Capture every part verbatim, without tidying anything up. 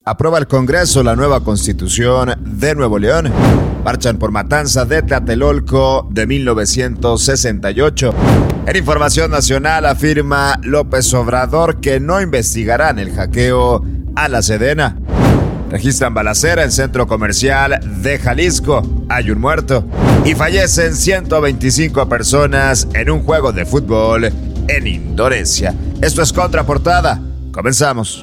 Aprueba el Congreso la nueva Constitución de Nuevo León. Marchan por matanza de Tlatelolco de mil novecientos sesenta y ocho. En información nacional afirma López Obrador que no investigarán el hackeo a la Sedena. Registran balacera en centro comercial de Jalisco. Hay un muerto. Y fallecen ciento veinticinco personas en un juego de fútbol en Indonesia. Esto es Contraportada. Comenzamos.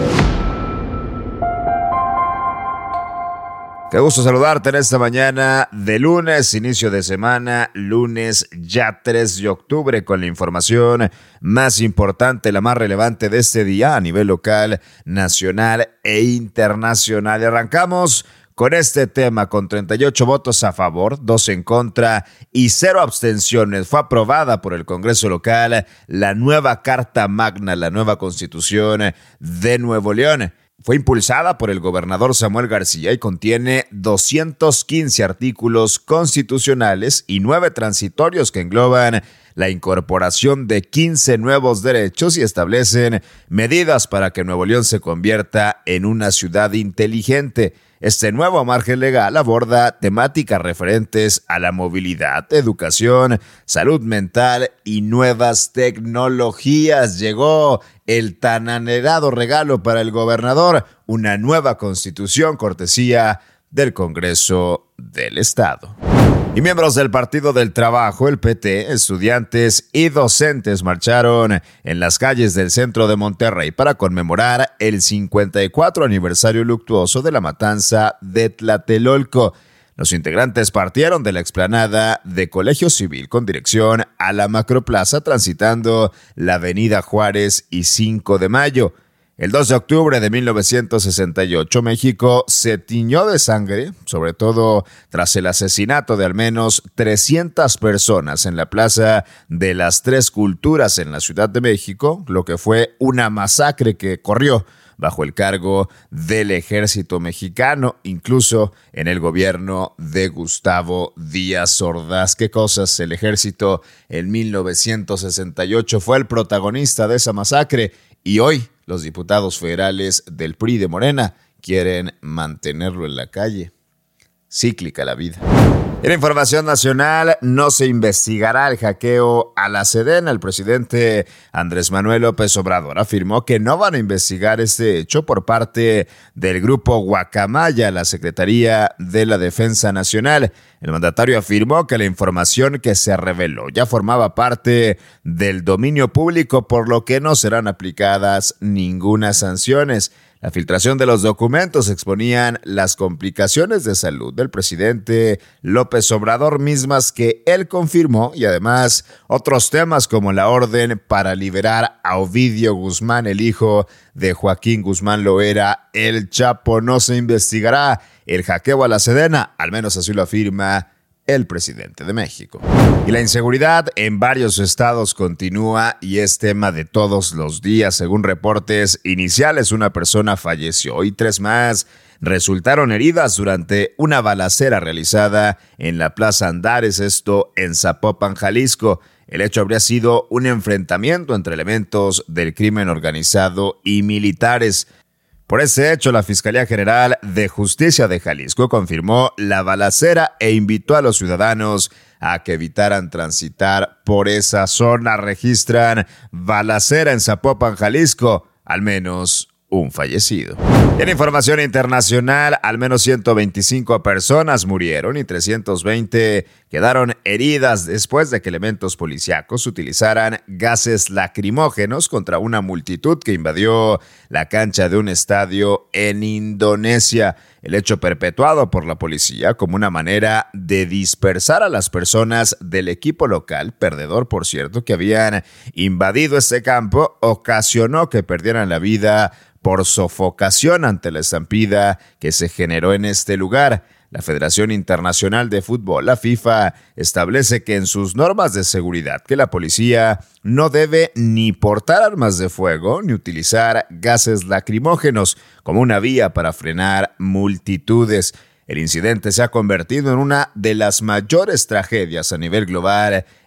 Qué gusto saludarte en esta mañana de lunes, inicio de semana, lunes ya tres de octubre, con la información más importante, la más relevante de este día a nivel local, nacional e internacional. Y arrancamos con este tema, con treinta y ocho votos a favor, dos en contra y cero abstenciones. Fue aprobada por el Congreso local la nueva Carta Magna, la nueva Constitución de Nuevo León. Fue impulsada por el gobernador Samuel García y contiene doscientos quince artículos constitucionales y nueve transitorios que engloban la incorporación de quince nuevos derechos y establecen medidas para que Nuevo León se convierta en una ciudad inteligente. Este nuevo margen legal aborda temáticas referentes a la movilidad, educación, salud mental y nuevas tecnologías. Llegó el tan anhelado regalo para el gobernador, una nueva constitución cortesía del Congreso del Estado. Y miembros del Partido del Trabajo, el P T, estudiantes y docentes marcharon en las calles del centro de Monterrey para conmemorar el cincuenta y cuatro aniversario luctuoso de la matanza de Tlatelolco. Los integrantes partieron de la explanada de Colegio Civil con dirección a la Macroplaza, transitando la avenida Juárez y cinco de mayo. El dos de octubre de mil novecientos sesenta y ocho, México se tiñó de sangre, sobre todo tras el asesinato de al menos trescientas personas en la Plaza de las Tres Culturas en la Ciudad de México, lo que fue una masacre que corrió bajo el cargo del ejército mexicano, incluso en el gobierno de Gustavo Díaz Ordaz. ¿Qué cosas? El ejército en mil novecientos sesenta y ocho fue el protagonista de esa masacre y hoy los diputados federales del P R I de Morena quieren mantenerlo en la calle. Cíclica la vida. En información nacional, no se investigará el hackeo a la Sedena. El presidente Andrés Manuel López Obrador afirmó que no van a investigar este hecho por parte del grupo Guacamaya, la Secretaría de la Defensa Nacional. El mandatario afirmó que la información que se reveló ya formaba parte del dominio público, por lo que no serán aplicadas ninguna sanciones. La filtración de los documentos exponían las complicaciones de salud del presidente López Obrador, mismas que él confirmó, y además otros temas como la orden para liberar a Ovidio Guzmán, el hijo de Joaquín Guzmán Loera, el Chapo. No se investigará el hackeo a la Sedena, al menos así lo afirma el presidente de México. Y la inseguridad en varios estados continúa y es tema de todos los días. Según reportes iniciales, una persona falleció y tres más resultaron heridas durante una balacera realizada en la Plaza Andares, esto en Zapopan, Jalisco. El hecho habría sido un enfrentamiento entre elementos del crimen organizado y militares. Por ese hecho, la Fiscalía General de Justicia de Jalisco confirmó la balacera e invitó a los ciudadanos a que evitaran transitar por esa zona. Registran balacera en Zapopan, Jalisco, al menos un fallecido. En información internacional, al menos ciento veinticinco personas murieron y trescientas veinte quedaron heridas después de que elementos policíacos utilizaran gases lacrimógenos contra una multitud que invadió la cancha de un estadio en Indonesia. El hecho perpetuado por la policía como una manera de dispersar a las personas del equipo local, perdedor por cierto, que habían invadido este campo, ocasionó que perdieran la vida por sofocación ante la estampida que se generó en este lugar. La Federación Internacional de Fútbol, la FIFA, establece que en sus normas de seguridad que la policía no debe ni portar armas de fuego ni utilizar gases lacrimógenos como una vía para frenar multitudes. El incidente se ha convertido en una de las mayores tragedias a nivel global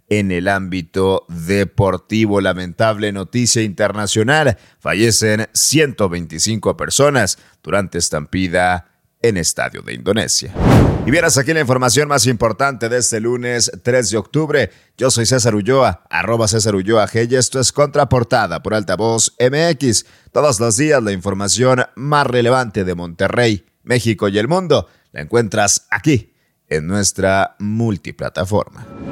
en el ámbito deportivo. Lamentable noticia internacional. Fallecen ciento veinticinco personas durante estampida en estadio de Indonesia. Y bien, hasta aquí la información más importante de este lunes tres de octubre. Yo soy César Ulloa, arroba César Ulloa G, y esto es Contraportada por Altavoz M X. Todos los días la información más relevante de Monterrey, México y el mundo la encuentras aquí en nuestra multiplataforma.